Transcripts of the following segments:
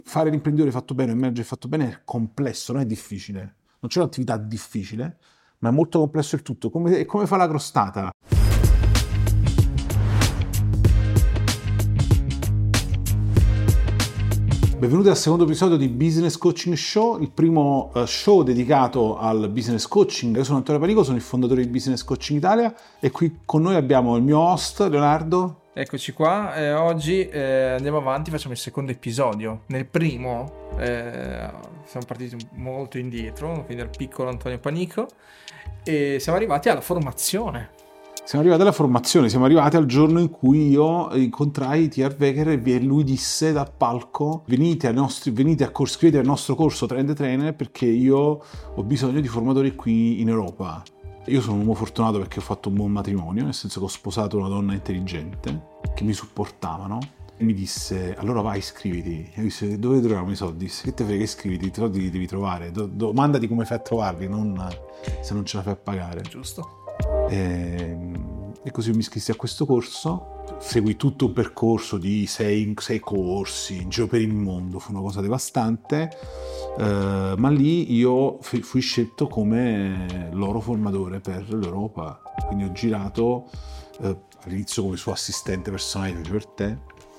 Fare l'imprenditore fatto bene o il manager fatto bene è complesso, non è difficile. Non c'è un'attività difficile, ma è molto complesso il tutto. Come fa la crostata? Benvenuti al secondo episodio di Business Coaching Show, il primo show dedicato al business coaching. Io sono Antonio Panico, sono il fondatore di Business Coaching Italia e qui con noi abbiamo il mio host, Leonardo. Eccoci qua, oggi andiamo avanti, facciamo il secondo episodio. Nel primo siamo partiti molto indietro, quindi al piccolo Antonio Panico, e siamo arrivati alla formazione. Siamo arrivati alla formazione, siamo arrivati al giorno in cui io incontrai T.R. Wecker e lui disse dal palco: venite al nostro corso Train the Trainer perché io ho bisogno di formatori qui in Europa. Io sono un uomo fortunato perché ho fatto un buon matrimonio, nel senso che ho sposato una donna intelligente che mi supportava, no? E mi disse: allora vai, iscriviti. E io disse: dove troviamo i soldi? Disse: che te frega, iscriviti, i soldi li devi trovare, domandati come fai a trovarli, non se non ce la fai a pagare. Giusto. E così mi iscrissi a questo corso, seguì tutto un percorso di sei corsi in giro per il mondo, fu una cosa devastante, ma lì io fui scelto come loro formatore per l'Europa, quindi ho girato all'inizio come suo assistente personale per te.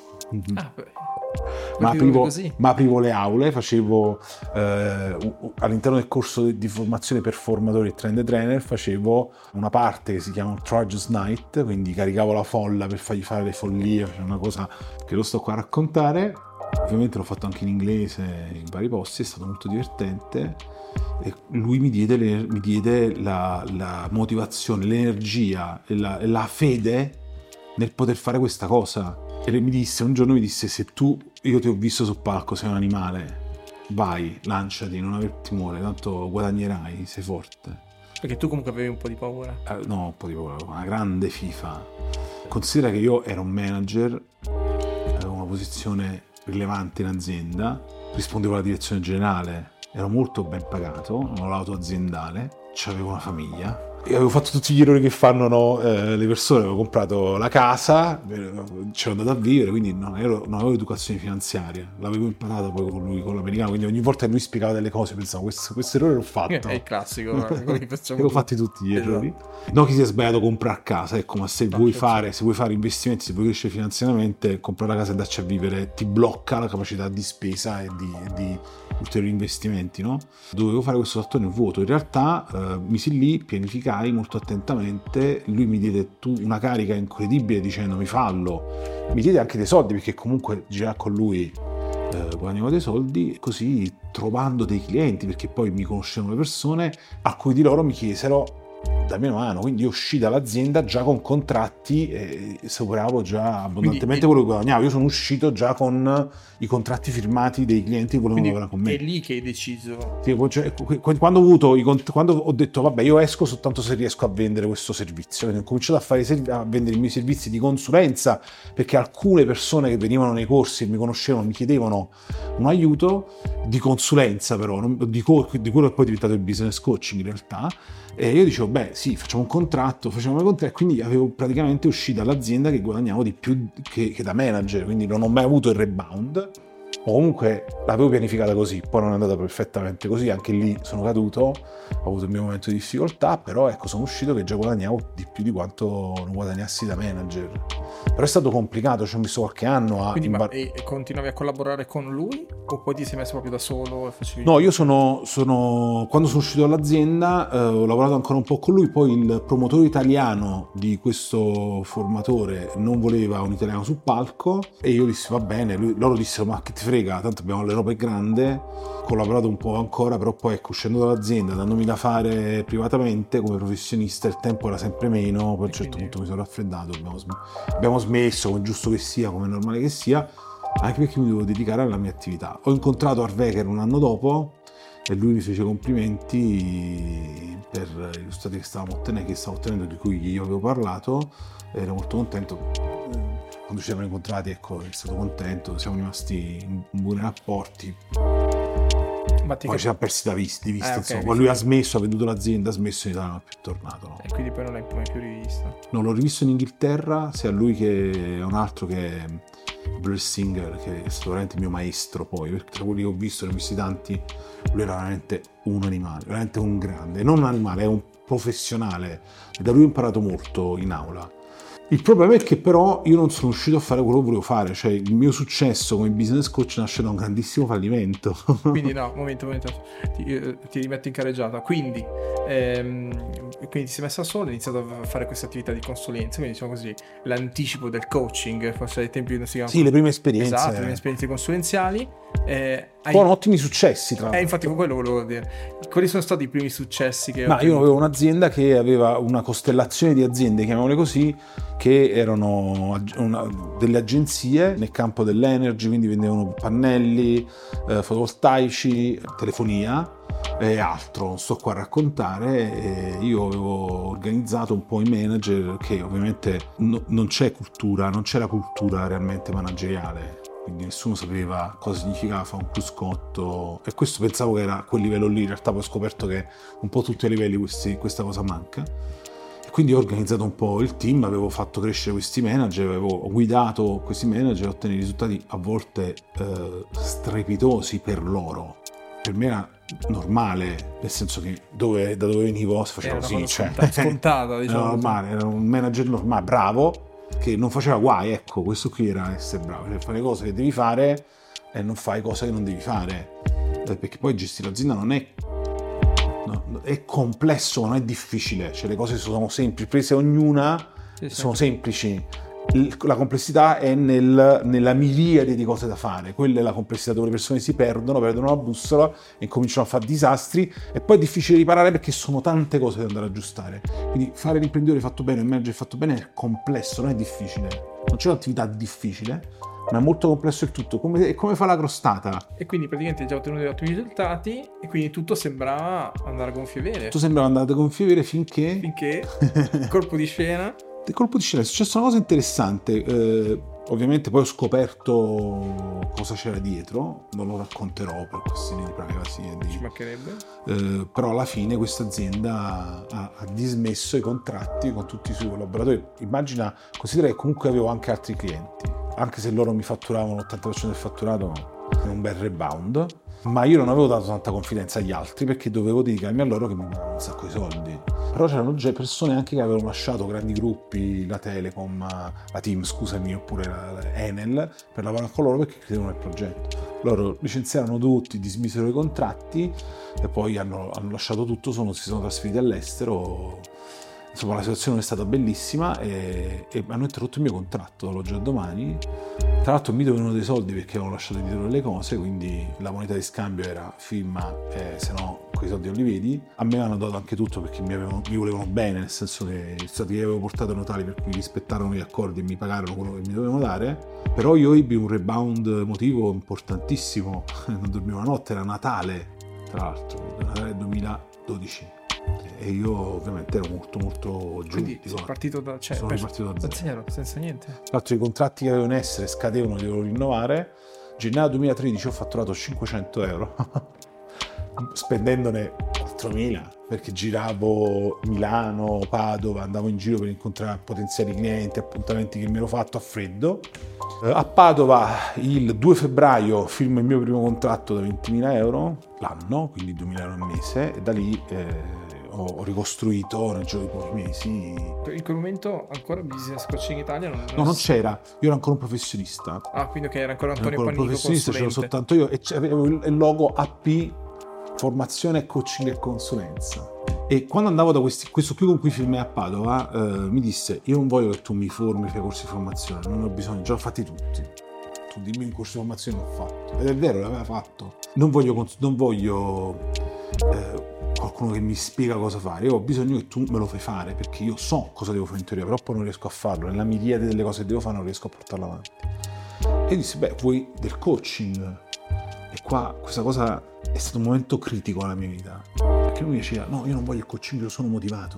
Ma aprivo le aule, facevo all'interno del corso di formazione per formatori e train the trainer, facevo una parte che si chiama Trudge's Night, quindi caricavo la folla per fargli fare le follie, cioè una cosa che lo sto qua a raccontare. Ovviamente l'ho fatto anche in inglese in vari posti, è stato molto divertente e lui mi diede la motivazione, l'energia e la fede nel poter fare questa cosa. E un giorno mi disse: se io ti ho visto sul palco, sei un animale, vai, lanciati, non aver timore, tanto guadagnerai, sei forte. Perché tu comunque avevi un po' di paura. No, un po' di paura, una grande FIFA. Considera che io ero un manager, avevo una posizione rilevante in azienda, rispondevo alla direzione generale, ero molto ben pagato, ho l'auto aziendale, c'avevo una famiglia. E avevo fatto tutti gli errori che fanno le persone, avevo comprato la casa, c'ero andato a vivere, quindi non avevo educazione finanziaria, l'avevo imparata poi con lui, con l'americano, quindi ogni volta che lui spiegava delle cose pensavo: questo errore l'ho fatto. È il classico, avevo fatti tutti gli errori. Non che sia sbagliato comprare casa, ecco, ma se vuoi fare investimenti, se vuoi crescere finanziariamente, comprare la casa e andarci a vivere ti blocca la capacità di spesa e di ulteriori investimenti, no? Dovevo fare questo salto nel vuoto. In realtà misi lì, pianificai molto attentamente, lui mi diede una carica incredibile dicendomi: fallo. Mi diede anche dei soldi perché comunque girare con lui guadagnavo dei soldi, così trovando dei clienti, perché poi mi conoscevano le persone, alcuni di loro mi chiesero dammi una mano, quindi io uscì dall'azienda già con contratti e superavo già abbondantemente quello che guadagnavo. Io sono uscito già con i contratti firmati dei clienti che volevano lavorare con me. È lì che hai deciso? Sì, cioè, quando ho detto vabbè, io esco soltanto se riesco a vendere questo servizio, quindi ho cominciato a vendere i miei servizi di consulenza, perché alcune persone che venivano nei corsi e mi conoscevano mi chiedevano un aiuto di consulenza, però di quello che poi è diventato il business coaching in realtà. E io dicevo: beh sì, facciamo un contratto, e quindi avevo praticamente uscito dall'azienda che guadagnavo di più che da manager, quindi non ho mai avuto il rebound. Comunque l'avevo pianificata così, poi non è andata perfettamente così, anche lì sono caduto, ho avuto il mio momento di difficoltà, però ecco, sono uscito che già guadagnavo di più di quanto non guadagnassi da manager. Però è stato complicato, ci ho messo qualche anno a... Quindi, e continuavi a collaborare con lui o poi ti sei messo proprio da solo e facevi... No, io quando sono uscito dall'azienda ho lavorato ancora un po' con lui, poi il promotore italiano di questo formatore non voleva un italiano sul palco e io dissi va bene, loro dissero: ma che ti frega, tanto l'Europa è grande. Ho collaborato un po' ancora, però poi ecco, uscendo dall'azienda, dandomi da fare privatamente come professionista, il tempo era sempre meno, poi a un certo punto mi sono raffreddato, abbiamo smesso, come giusto che sia, come normale che sia, anche perché mi dovevo dedicare alla mia attività. Ho incontrato T.R. Wecker un anno dopo e lui mi fece complimenti per i risultati che stavo ottenendo, di cui io avevo parlato, ero molto contento. Quando ci siamo incontrati, ecco, è stato contento, siamo rimasti in buoni rapporti. Poi ci siamo persi di vista, insomma. Poi lui ha smesso, ha venduto l'azienda, ha smesso, in Italia non è più tornato, no? E quindi poi non l'hai mai più rivisto? No, l'ho rivisto in Inghilterra, sia lui che un altro che Blair Singer, che è stato veramente il mio maestro poi, perché tra quelli che ho visto, ne ho visti tanti, lui era veramente un animale, veramente un grande, non un animale, è un professionale, e da lui ho imparato molto in aula. Il problema è che però io non sono riuscito a fare quello che volevo fare, cioè il mio successo come business coach nasce da un grandissimo fallimento. Quindi no, momento, ti rimetto in carreggiata. Quindi ti sei messa sola, hai iniziato a fare questa attività di consulenza, quindi diciamo così, l'anticipo del coaching, forse ai tempi non si chiama. Sì, le prime esperienze. Esatto, le prime esperienze consulenziali. Con ottimi successi, tra l'altro. Infatti con quello volevo dire. Quali sono stati i primi successi che... Ma io avevo un'azienda che aveva una costellazione di aziende, chiamiamole così, che erano delle agenzie nel campo dell'energy, quindi vendevano pannelli fotovoltaici, telefonia e altro, non sto qua a raccontare. E io avevo organizzato un po' i manager, che ovviamente non c'era cultura realmente manageriale, quindi nessuno sapeva cosa significava fare un cruscotto, e questo pensavo che era a quel livello lì. In realtà poi ho scoperto che un po' a tutti i livelli questa cosa manca, e quindi ho organizzato un po' il team, avevo fatto crescere questi manager, avevo guidato questi manager, ottenuto risultati a volte strepitosi per loro. Per me era normale, nel senso che da dove venivo si faceva così, scontata, diciamo. Era normale, era un manager normale, bravo, che non faceva guai. Ecco, questo qui era essere bravo, cioè fare cose che devi fare e non fai cose che non devi fare, perché poi gestire l'azienda non è è complesso, ma non è difficile, cioè le cose sono semplici, prese ognuna, sono semplici. La complessità è nella miriade di cose da fare. Quella è la complessità, dove le persone si perdono la bussola e cominciano a fare disastri, e poi è difficile riparare perché sono tante cose da andare ad aggiustare. Quindi fare l'imprenditore fatto bene, il manager fatto bene è complesso, non è difficile, non c'è un'attività difficile, ma è molto complesso il tutto, come fa la crostata. E quindi praticamente hai già ottenuto degli ottimi risultati, e quindi tutto sembrava andare a gonfie vele. Tutto sembrava andare a gonfie vele finché colpo di scena. Del colpo di scena è successa una cosa interessante. Ovviamente poi ho scoperto cosa c'era dietro, non lo racconterò per questioni di privacy ci mancherebbe. Però alla fine questa azienda ha dismesso i contratti con tutti i suoi collaboratori. Considera che comunque avevo anche altri clienti, anche se loro mi fatturavano l'80% del fatturato, è un bel rebound, ma io non avevo dato tanta confidenza agli altri perché dovevo dedicarmi a loro che mi davano un sacco di soldi. Però c'erano già persone anche che avevano lasciato grandi gruppi, la Telecom, la Team, scusami, oppure la Enel, per lavorare con loro perché credevano nel progetto. Loro licenziarono tutti, dismisero i contratti e poi hanno lasciato tutto, si sono trasferiti all'estero. Insomma, la situazione è stata bellissima e hanno interrotto il mio contratto dall'oggi al domani. Tra l'altro mi dovevano dei soldi perché avevano lasciato dietro delle cose, quindi la moneta di scambio era firma, se no quei soldi non li vedi. A me hanno dato anche tutto perché mi volevano bene, nel senso che i stati che avevo portato ai notari, per cui rispettarono gli accordi e mi pagarono quello che mi dovevano dare. Però io ebbi un rebound emotivo importantissimo, non dormivo la notte, era Natale, tra l'altro, Natale 2012. E io ovviamente ero molto molto giù. Quindi sono ripartito da zero, senza niente. Tra l'altro i contratti che avevano in essere scadevano, li dovevo rinnovare. Gennaio 2013 ho fatturato 500 euro spendendone 4.000, perché giravo Milano, Padova, andavo in giro per incontrare potenziali clienti, appuntamenti che mi ero fatto a freddo. A Padova il 2 febbraio firmo il mio primo contratto da 20.000 euro l'anno, quindi 2.000 euro al mese, e da lì ho ricostruito nel giro di pochi mesi. In quel momento ancora business coaching in Italia non c'era, io ero ancora un professionista. Ah, quindi che era ancora Antonio Panico, professionista, c'ero soltanto io, e avevo il logo AP, formazione, coaching e consulenza. E quando andavo da questo qui con cui firmai a Padova, mi disse: io non voglio che tu mi formi, fai corsi di formazione, non ho bisogno, già l'ho fatti tutti. Tu dimmi il corso di formazione l'ho fatto. Ed è vero, l'aveva fatto. Non voglio qualcuno che mi spiega cosa fare, io ho bisogno che tu me lo fai fare, perché io so cosa devo fare in teoria, però poi non riesco a farlo, nella miriade delle cose che devo fare non riesco a portarlo avanti. E dissi: beh, vuoi del coaching? E qua questa cosa è stato un momento critico nella mia vita, perché lui mi diceva: no, io non voglio il coaching, io sono motivato.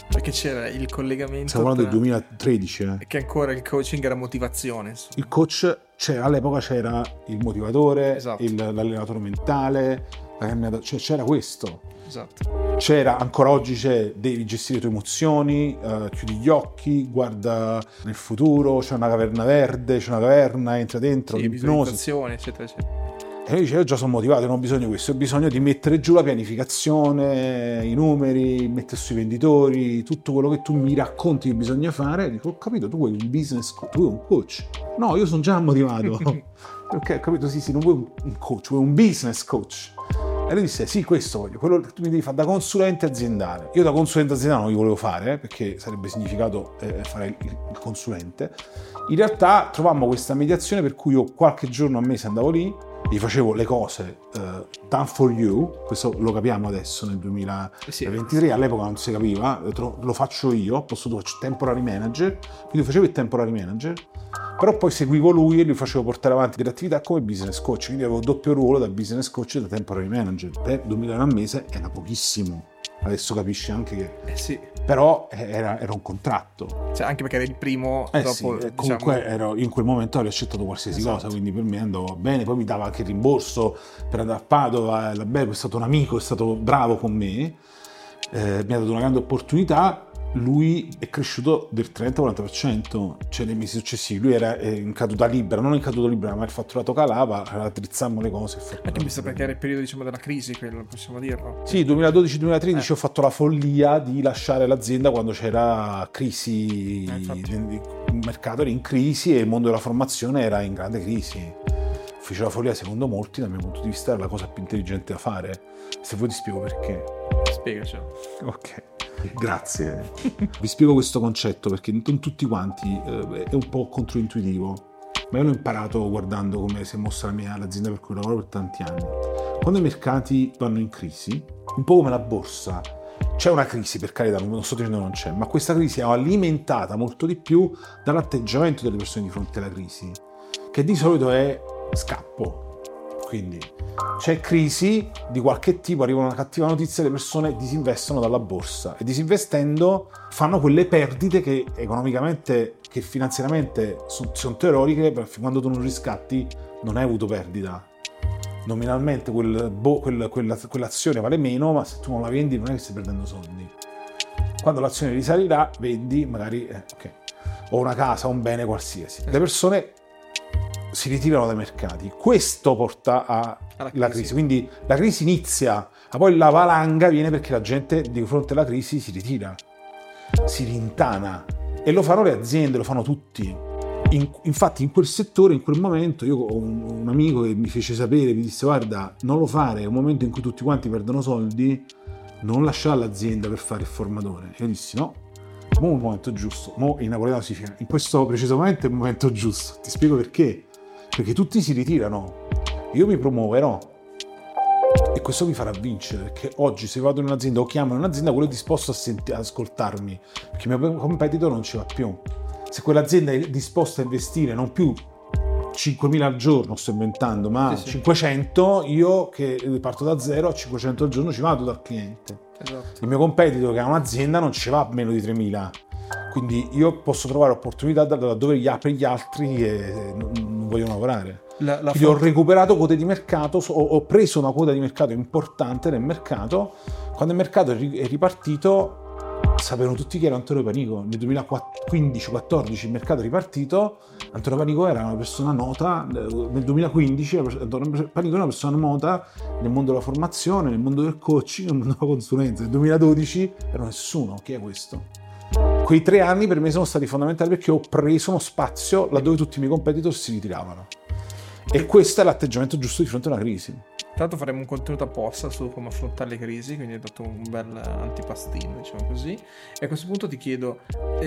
Perché c'era il collegamento. Stiamo parlando del 2013. Che ancora il coaching era motivazione. Il coach, all'epoca c'era il motivatore, esatto. L'allenatore mentale, cioè c'era questo. Esatto. C'era, ancora oggi devi gestire le tue emozioni, chiudi gli occhi, guarda nel futuro, c'è una caverna verde, c'è una caverna, entra dentro, sì, l'ipnosi, eccetera, eccetera. E io dicevo, io già sono motivato, non ho bisogno di questo, ho bisogno di mettere giù la pianificazione, i numeri, mettere sui venditori, tutto quello che tu mi racconti che bisogna fare. E dico, ho capito, tu vuoi un business coach, tu vuoi un coach. No, io sono già motivato. Ok, ho capito, sì, non vuoi un coach, vuoi un business coach. E lui disse, sì, questo voglio, quello che tu mi devi fare da consulente aziendale. Io da consulente aziendale non li volevo fare, perché sarebbe significato fare il consulente. In realtà trovammo questa mediazione per cui io qualche giorno al mese andavo lì, gli facevo le cose done for you, questo lo capiamo adesso nel 2023, all'epoca non si capiva, lo faccio io, faccio temporary manager, quindi facevo il temporary manager, però poi seguivo lui e lui facevo portare avanti delle attività come business coach, quindi avevo doppio ruolo da business coach e da temporary manager. Per 2000 euro al mese era pochissimo, adesso capisci anche che... sì. Però era un contratto. Cioè, anche perché era il primo dopo, sì, comunque diciamo... in quel momento avrei accettato qualsiasi cosa, quindi per me andava bene, poi mi dava anche il rimborso per andare a Padova, è stato un amico, è stato bravo con me, mi ha dato una grande opportunità. Lui è cresciuto del 30-40%, cioè nei mesi successivi lui era in caduta libera, non in caduta libera, ma il fatturato calava, raddrizzammo le cose. Anche visto perché era il periodo, diciamo, della crisi, quello possiamo dirlo. Sì, 2012-2013 ho fatto la follia di lasciare l'azienda quando c'era crisi, il mercato era in crisi e il mondo della formazione era in grande crisi. Fece la follia, secondo molti, dal mio punto di vista era la cosa più intelligente da fare. Se vuoi ti spiego perché. Spiegacelo. Ok. Grazie. Vi spiego questo concetto perché non tutti quanti è un po' controintuitivo, ma io l'ho imparato guardando come si è mossa l'azienda per cui lavoro per tanti anni. Quando i mercati vanno in crisi, un po' come la borsa, c'è una crisi, per carità, non sto dicendo non c'è, ma questa crisi è alimentata molto di più dall'atteggiamento delle persone di fronte alla crisi, che di solito è scappo. Quindi c'è crisi di qualche tipo, arriva una cattiva notizia, le persone disinvestono dalla borsa e disinvestendo fanno quelle perdite che economicamente, che finanziariamente sono teoriche, perché quando tu non riscatti non hai avuto perdita. Nominalmente quell'azione vale meno, ma se tu non la vendi non è che stai perdendo soldi. Quando l'azione risalirà, vendi magari o una casa o un bene qualsiasi. Le persone si ritirano dai mercati, questo porta alla crisi. Quindi la crisi inizia, ma poi la valanga viene perché la gente di fronte alla crisi si ritira, si rintana, e lo fanno le aziende, lo fanno tutti. Infatti in quel settore, in quel momento, io ho un amico che mi fece sapere, mi disse guarda, non lo fare, è un momento in cui tutti quanti perdono soldi, non lasciare l'azienda per fare il formatore. E io dissi no, mo è il momento giusto, mo in napoletano si finisce, in questo preciso momento è il momento giusto. Ti spiego perché. Perché tutti si ritirano, io mi promuoverò e questo mi farà vincere, perché oggi se vado in un'azienda o chiamo in un'azienda, quello è disposto ad ascoltarmi, perché il mio competitor non ci va più. Se quell'azienda è disposta a investire non più 5.000 al giorno, sto inventando, ma sì. 500, io che parto da zero a 500 al giorno ci vado dal cliente. Esatto. Il mio competitor che ha un'azienda non ci va a meno di 3.000. Quindi io posso trovare opportunità da dove gli altri non vogliono lavorare. Quindi ho recuperato quote di mercato, ho preso una quota di mercato importante nel mercato. Quando il mercato è ripartito, sapevano tutti chi era Antonio Panico. Nel 2015-14 il mercato è ripartito, Antonio Panico era una persona nota. Nel 2015 Antonio Panico era una persona nota nel mondo della formazione, nel mondo del coaching, nel mondo della consulenza. Nel 2012 era nessuno. Chi è questo? Quei 3 anni per me sono stati fondamentali perché ho preso uno spazio laddove tutti i miei competitor si ritiravano. E questo è l'atteggiamento giusto di fronte a una crisi. Tra l'altro faremo un contenuto apposta su come affrontare le crisi, quindi hai dato un bel antipastino, diciamo così. E a questo punto ti chiedo,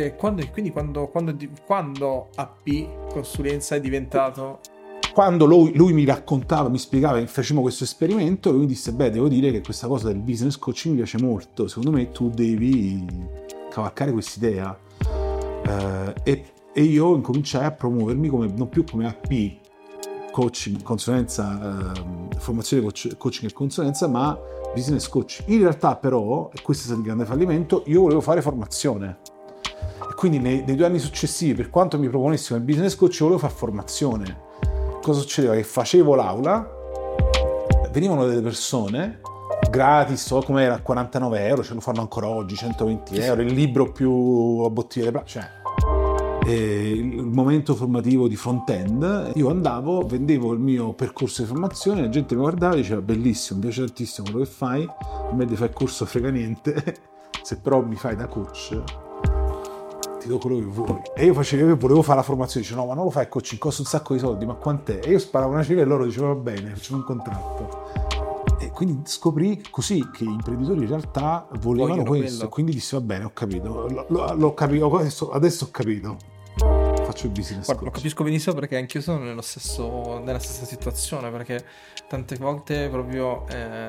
quando AP Consulenza è diventato... Quando lui mi raccontava, mi spiegava che facevamo questo esperimento, lui mi disse, devo dire che questa cosa del business coaching mi piace molto, secondo me tu devi cavalcare quest'idea. E io incominciai a promuovermi non più come AP, coaching, consulenza, formazione coaching e consulenza, ma business coach. In realtà però, e questo è stato il grande fallimento, io volevo fare formazione. E quindi nei 2 anni successivi, per quanto mi proponessi come business coach, io volevo fare formazione. Cosa succedeva? Che facevo l'aula, venivano delle persone gratis, so come era, 49 euro, ce lo fanno ancora oggi, 120 euro, il libro più a bottiglia, cioè il momento formativo di front-end. Io andavo, vendevo il mio percorso di formazione, la gente mi guardava e diceva bellissimo, mi piace tantissimo quello che fai, a me di fare il corso frega niente, se però mi fai da coach ti do quello che vuoi. E io volevo fare la formazione, dicevo no, ma non lo fai il coaching, costa un sacco di soldi, ma quant'è? E io sparavo una cifra e loro dicevano va bene, facciamo un contratto. E quindi scoprì così che gli imprenditori in realtà volevano questo, quello. Quindi dissi va bene, ho capito, l'ho capito, adesso ho capito, faccio il business coach. Lo capisco benissimo, perché anch'io sono nella stessa situazione, perché tante volte proprio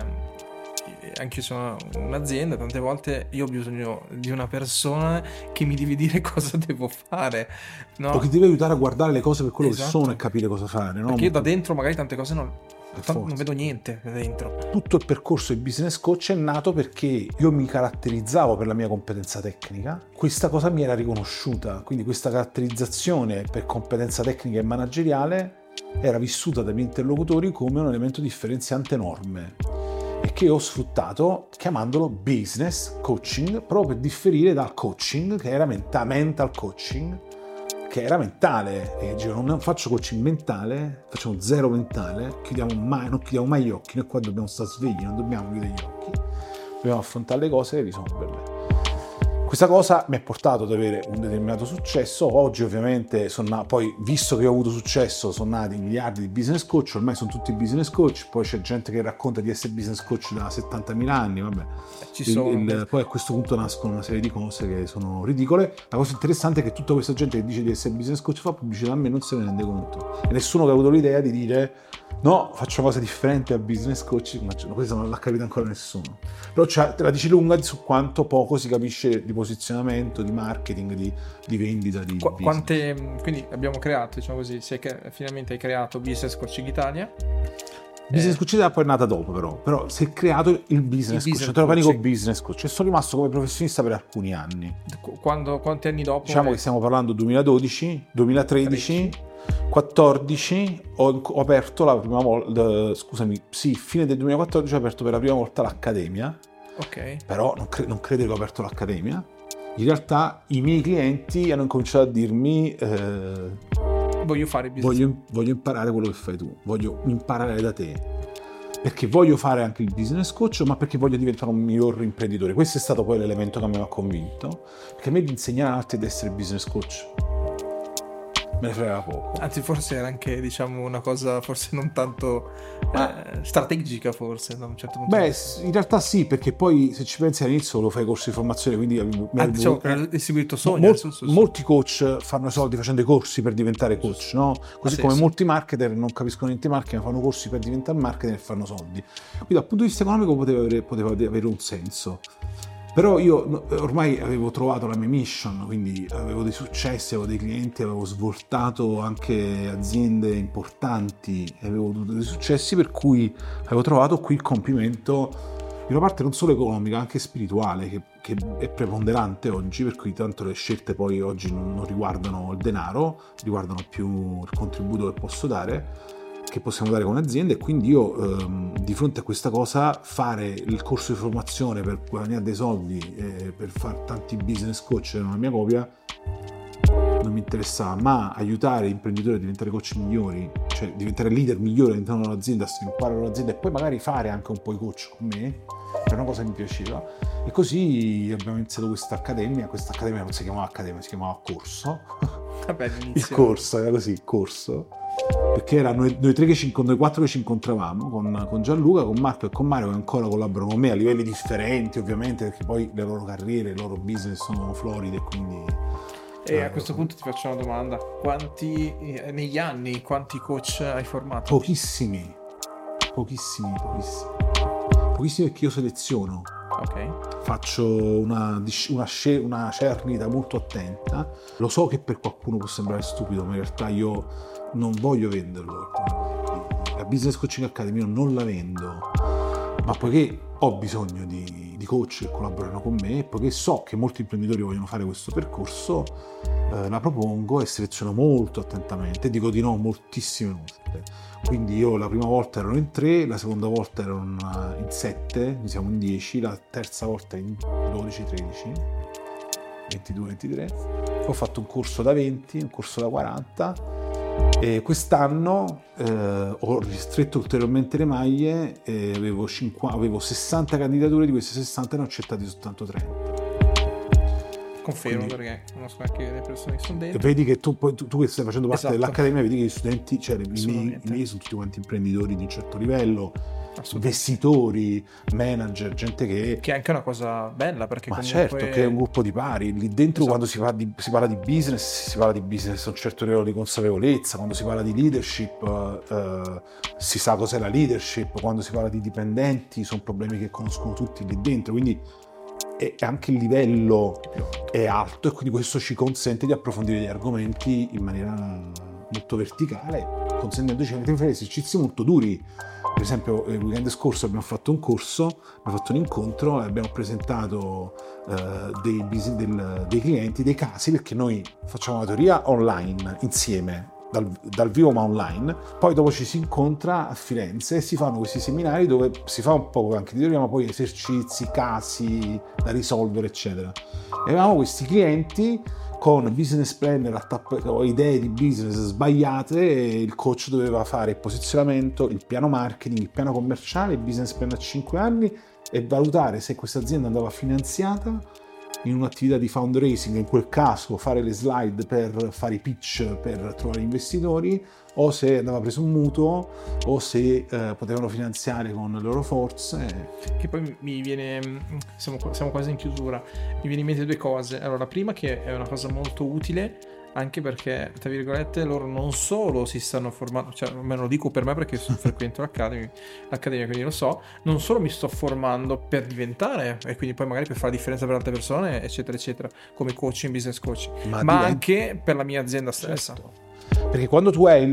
anche io sono un'azienda, tante volte io ho bisogno di una persona che mi deve dire cosa devo fare, no? O che deve aiutare a guardare le cose per quello che sono e capire cosa fare, no? Perché io da dentro magari tante cose non vedo niente da dentro. Tutto il percorso di business coach è nato perché io mi caratterizzavo per la mia competenza tecnica, questa cosa mi era riconosciuta, quindi questa caratterizzazione per competenza tecnica e manageriale era vissuta dai miei interlocutori come un elemento differenziante enorme, e che ho sfruttato chiamandolo business coaching, proprio per differire dal coaching che era mental coaching, che era mentale. E dicevo non faccio coaching mentale, facciamo zero mentale, non chiudiamo mai gli occhi, noi qua dobbiamo stare svegli, non dobbiamo chiudere gli occhi, dobbiamo affrontare le cose e risolverle. Questa cosa mi ha portato ad avere un determinato successo. Oggi ovviamente poi, visto che ho avuto successo, sono nati miliardi di business coach, ormai sono tutti business coach, poi c'è gente che racconta di essere business coach da 70.000 anni, vabbè. Poi a questo punto nascono una serie di cose che sono ridicole. La cosa interessante è che tutta questa gente che dice di essere business coach fa pubblicità a me, non se ne rende conto. E nessuno che ha avuto l'idea di dire no, faccio cose differenti a business coach, ma questo non l'ha capito ancora nessuno. Però te la dici lunga su quanto poco si capisce di posizionamento, di marketing, di vendita, di business. Quindi abbiamo creato, diciamo così, finalmente hai creato Business Coaching Italia. Business Coach Italia poi è nata dopo, però si è creato il business coach, Tropanico Business Coach, e sono rimasto come professionista per alcuni anni. Quanti anni dopo? Diciamo che stiamo parlando 2012, 2013, 14 ho aperto la prima volta, fine del 2014 ho aperto per la prima volta l'accademia. Ok. Però non credo che ho aperto l'accademia. In realtà i miei clienti hanno cominciato a dirmi voglio fare business. Voglio imparare quello che fai tu, voglio imparare da te, perché voglio fare anche il business coach, ma perché voglio diventare un miglior imprenditore. Questo è stato poi l'elemento che mi ha convinto, perché a me di insegnare altri ad essere business coach me ne fregava poco. Anzi, forse era anche, diciamo, una cosa forse non tanto strategica, forse da un certo punto di vista. In realtà sì, perché poi se ci pensi all'inizio lo fai corsi di formazione, quindi diciamo che hai seguito il tuo sogno. Molti coach fanno i soldi facendo i corsi per diventare coach, no? Così come molti marketer non capiscono niente di marketing, fanno corsi per diventare marketer e fanno soldi. Quindi dal punto di vista economico poteva avere un senso. Però io ormai avevo trovato la mia mission, quindi avevo dei successi, avevo dei clienti, avevo svoltato anche aziende importanti, avevo avuto dei successi, per cui avevo trovato qui il compimento di una parte non solo economica, anche spirituale, che è preponderante oggi, per cui tanto le scelte poi oggi non riguardano il denaro, riguardano più il contributo che posso dare, che possiamo dare come azienda. E quindi io di fronte a questa cosa, fare il corso di formazione per guadagnare dei soldi, per fare tanti business coach nella mia copia non mi interessava, ma aiutare gli imprenditori a diventare coach migliori, cioè diventare leader migliori all'interno dell'azienda, a sviluppare la loro azienda e poi magari fare anche un po' i coach con me, è una cosa che mi piaceva. E così abbiamo iniziato questa accademia non si chiamava accademia, si chiamava corso. Vabbè, il corso era così, corso, perché era noi quattro che ci incontravamo con Gianluca, con Marco e con Mario, che ancora collaborano con me a livelli differenti ovviamente, perché poi le loro carriere, i loro business sono floride, quindi... E a questo punto ti faccio una domanda: negli anni quanti coach hai formato? Pochissimi, perché io seleziono. Ok. Faccio una cernita molto attenta. Lo so che per qualcuno può sembrare stupido, ma in realtà io non voglio venderlo. la Business Coaching Academy io non la vendo, ma poiché ho bisogno di coach che collaborano con me e poiché so che molti imprenditori vogliono fare questo percorso, la propongo e seleziono molto attentamente, dico di no moltissime volte. Quindi io la prima volta erano in 3, la seconda volta erano in 7, ne siamo in 10, la terza volta in 12, 13, 22, 23. Ho fatto un corso da 20, un corso da 40 e quest'anno ho ristretto ulteriormente le maglie e avevo 60 candidature, di queste 60 ne ho accettati soltanto 30. Confermo. Quindi, perché conosco anche le persone che sono dentro. Vedi che tu che stai facendo parte dell'accademia, vedi che gli studenti, cioè i miei sono tutti quanti imprenditori di un certo livello, investitori, manager, gente che è anche una cosa bella, perché ma comunque... certo, che è un gruppo di pari. Lì dentro quando si parla di business a un certo livello di consapevolezza. Quando si parla di leadership si sa cos'è la leadership. Quando si parla di dipendenti sono problemi che conoscono tutti lì dentro, quindi e anche il livello è alto e quindi questo ci consente di approfondire gli argomenti in maniera molto verticale, consentendoci anche di fare esercizi molto duri. Per esempio il weekend scorso abbiamo fatto un corso, abbiamo fatto un incontro e abbiamo presentato dei clienti, dei casi, perché noi facciamo la teoria online insieme, dal vivo ma online, poi dopo ci si incontra a Firenze e si fanno questi seminari dove si fa un po' anche di teoria ma poi esercizi, casi da risolvere eccetera. E avevamo questi clienti con business planner o idee di business sbagliate e il coach doveva fare il posizionamento, il piano marketing, il piano commerciale, il business plan a 5 anni e valutare se questa azienda andava finanziata in un'attività di fundraising, in quel caso fare le slide per fare i pitch per trovare investitori, o se andava preso un mutuo o se potevano finanziare con le loro forze. Che poi mi viene, siamo quasi in chiusura, mi viene in mente due cose. Allora, la prima, che è una cosa molto utile, anche perché, tra virgolette, loro non solo si stanno formando, cioè me lo dico per me perché frequento l'accademia, quindi lo so, non solo mi sto formando per diventare, e quindi poi magari per fare la differenza per altre persone, eccetera, eccetera, come coaching, business coaching, ma anche per la mia azienda stessa. Certo. Perché quando tu hai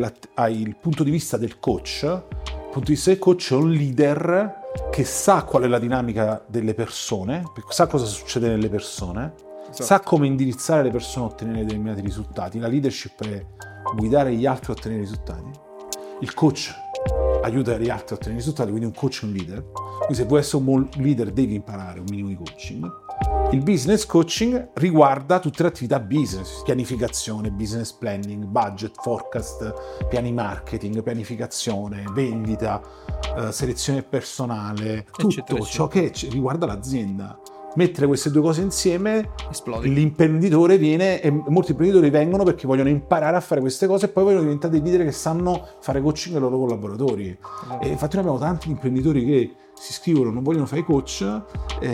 il punto di vista del coach, il punto di vista del coach è un leader che sa qual è la dinamica delle persone, sa cosa succede nelle persone, esatto, sa come indirizzare le persone a ottenere determinati risultati. La leadership è guidare gli altri a ottenere risultati. Il coach aiuta gli altri a ottenere risultati, quindi un coach è un leader. Quindi se vuoi essere un buon leader devi imparare un minimo di coaching. Il business coaching riguarda tutte le attività business, pianificazione, business planning, budget, forecast, piani marketing, pianificazione, vendita, selezione personale, tutto ciò che riguarda l'azienda. Mettere queste due cose insieme, esplodi. L'imprenditore viene, e molti imprenditori vengono perché vogliono imparare a fare queste cose e poi vogliono diventare dei leader che sanno fare coaching ai loro collaboratori. E infatti noi abbiamo tanti imprenditori che si iscrivono, non vogliono fare coach,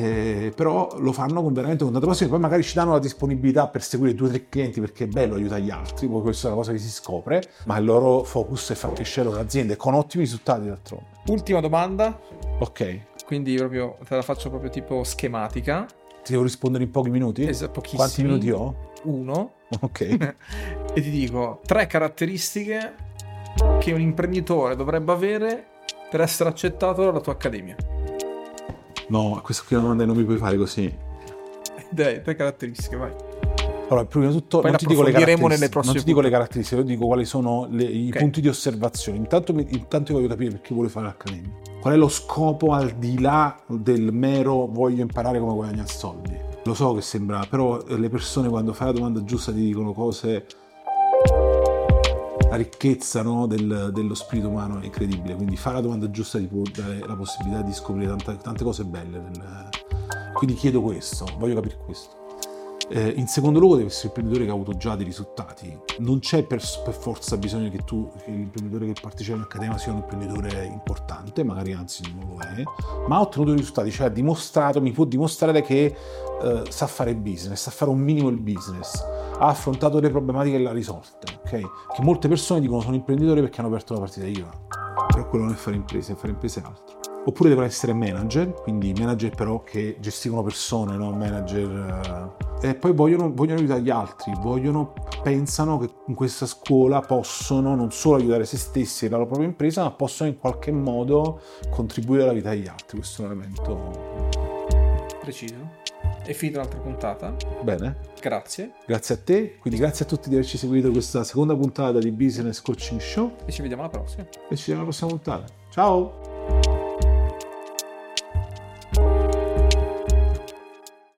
però lo fanno veramente con tanta passione, poi magari ci danno la disponibilità per seguire 2 o 3 clienti perché è bello, aiuta gli altri, poi questa è una cosa che si scopre, ma il loro focus è far crescere le loro aziende con ottimi risultati d'altronde. Ultima domanda. Ok. Quindi proprio te la faccio proprio tipo schematica. Ti devo rispondere in pochi minuti? Pochissimi. Quanti minuti ho? 1. Ok. E ti dico 3 caratteristiche che un imprenditore dovrebbe avere per essere accettato dalla tua accademia. No, questa qui è una domanda che non mi puoi fare così. Dai, 3 caratteristiche, vai. Allora, prima di tutto, poi non ti dico le caratteristiche, non ti dico le caratteristiche, io dico quali sono i punti di osservazione. Intanto io voglio capire perché vuole fare l'accademia. Qual è lo scopo al di là del mero voglio imparare come guadagnare soldi? Lo so che sembra, però le persone quando fai la domanda giusta ti dicono cose... La ricchezza, no, dello spirito umano è incredibile, quindi fare la domanda giusta ti può dare la possibilità di scoprire tante cose belle. Quindi chiedo questo, voglio capire questo. In secondo luogo deve essere l'imprenditore che ha avuto già dei risultati. Non c'è per forza bisogno che l'imprenditore che partecipa all'accademia sia un imprenditore importante, magari anzi non lo è, ma ha ottenuto dei risultati, cioè mi può dimostrare che sa fare business, sa fare un minimo il business, ha affrontato le problematiche e le ha risolte, ok? Che molte persone dicono sono imprenditore perché hanno aperto la partita IVA, però quello non è fare imprese è altro. oppure devono essere manager, quindi manager però che gestiscono persone, no? Manager, e poi vogliono aiutare gli altri, pensano che in questa scuola possono non solo aiutare se stessi e la propria impresa, ma possono in qualche modo contribuire alla vita degli altri. Questo è un elemento preciso. È finita l'altra puntata. Bene. Grazie. Grazie a te, quindi grazie a tutti di averci seguito questa seconda puntata di Business Coaching Show. E ci vediamo alla prossima. E ci vediamo alla prossima puntata. Ciao!